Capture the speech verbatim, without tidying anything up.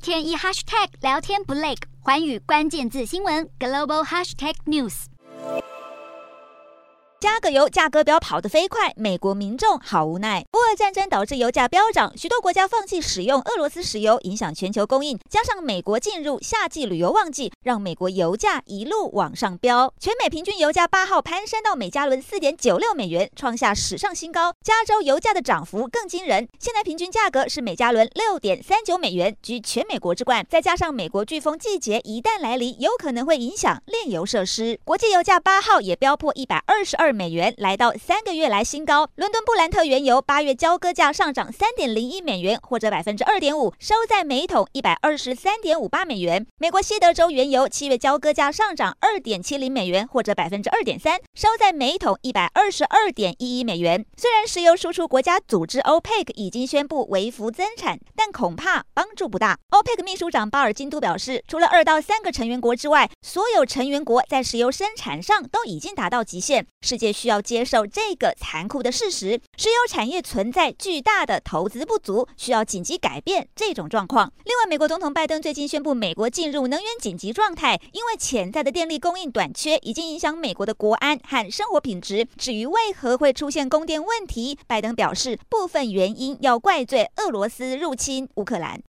天一 hashtag 聊天不累，寰宇关键字新闻 global hashtag news。 加个油，价格表跑得飞快，美国民众好无奈。乌俄战争导致油价飙涨，许多国家放弃使用俄罗斯石油，影响全球供应。加上美国进入夏季旅游旺季，让美国油价一路往上飙。全美平均油价八号攀升到每加仑 四点九六美元，创下史上新高。加州油价的涨幅更惊人，现在平均价格是每加仑 六点三九美元，居全美国之冠。再加上美国飓风季节一旦来临，有可能会影响炼油设施。国际油价八号也飙破一百二十二美元，来到三个月来新高。伦敦布兰特原油八月交割价上涨 三点零一美元，或者 百分之二点五， 收在每桶 一百二十三点五八美元。美国西德州原油七月交割价上涨 二点七零美元，或者 百分之二点三， 收在每桶 一百二十二点一一美元。虽然石油输出国家组织 O P E C 已经宣布微幅增产，但恐怕帮助不大。O P E C 秘书长巴尔金都表示，除了二到三个成员国之外，所有成员国在石油生产上都已经达到极限。世界需要接受这个残酷的事实，石油产业存在巨大的投资不足，需要紧急改变这种状况。另外，美国总统拜登最近宣布美国进入能源紧急状态，因为潜在的电力供应短缺已经影响美国的国安和生活品质。至于为何会出现供电问题，拜登表示部分原因要怪罪俄罗斯入侵乌克兰。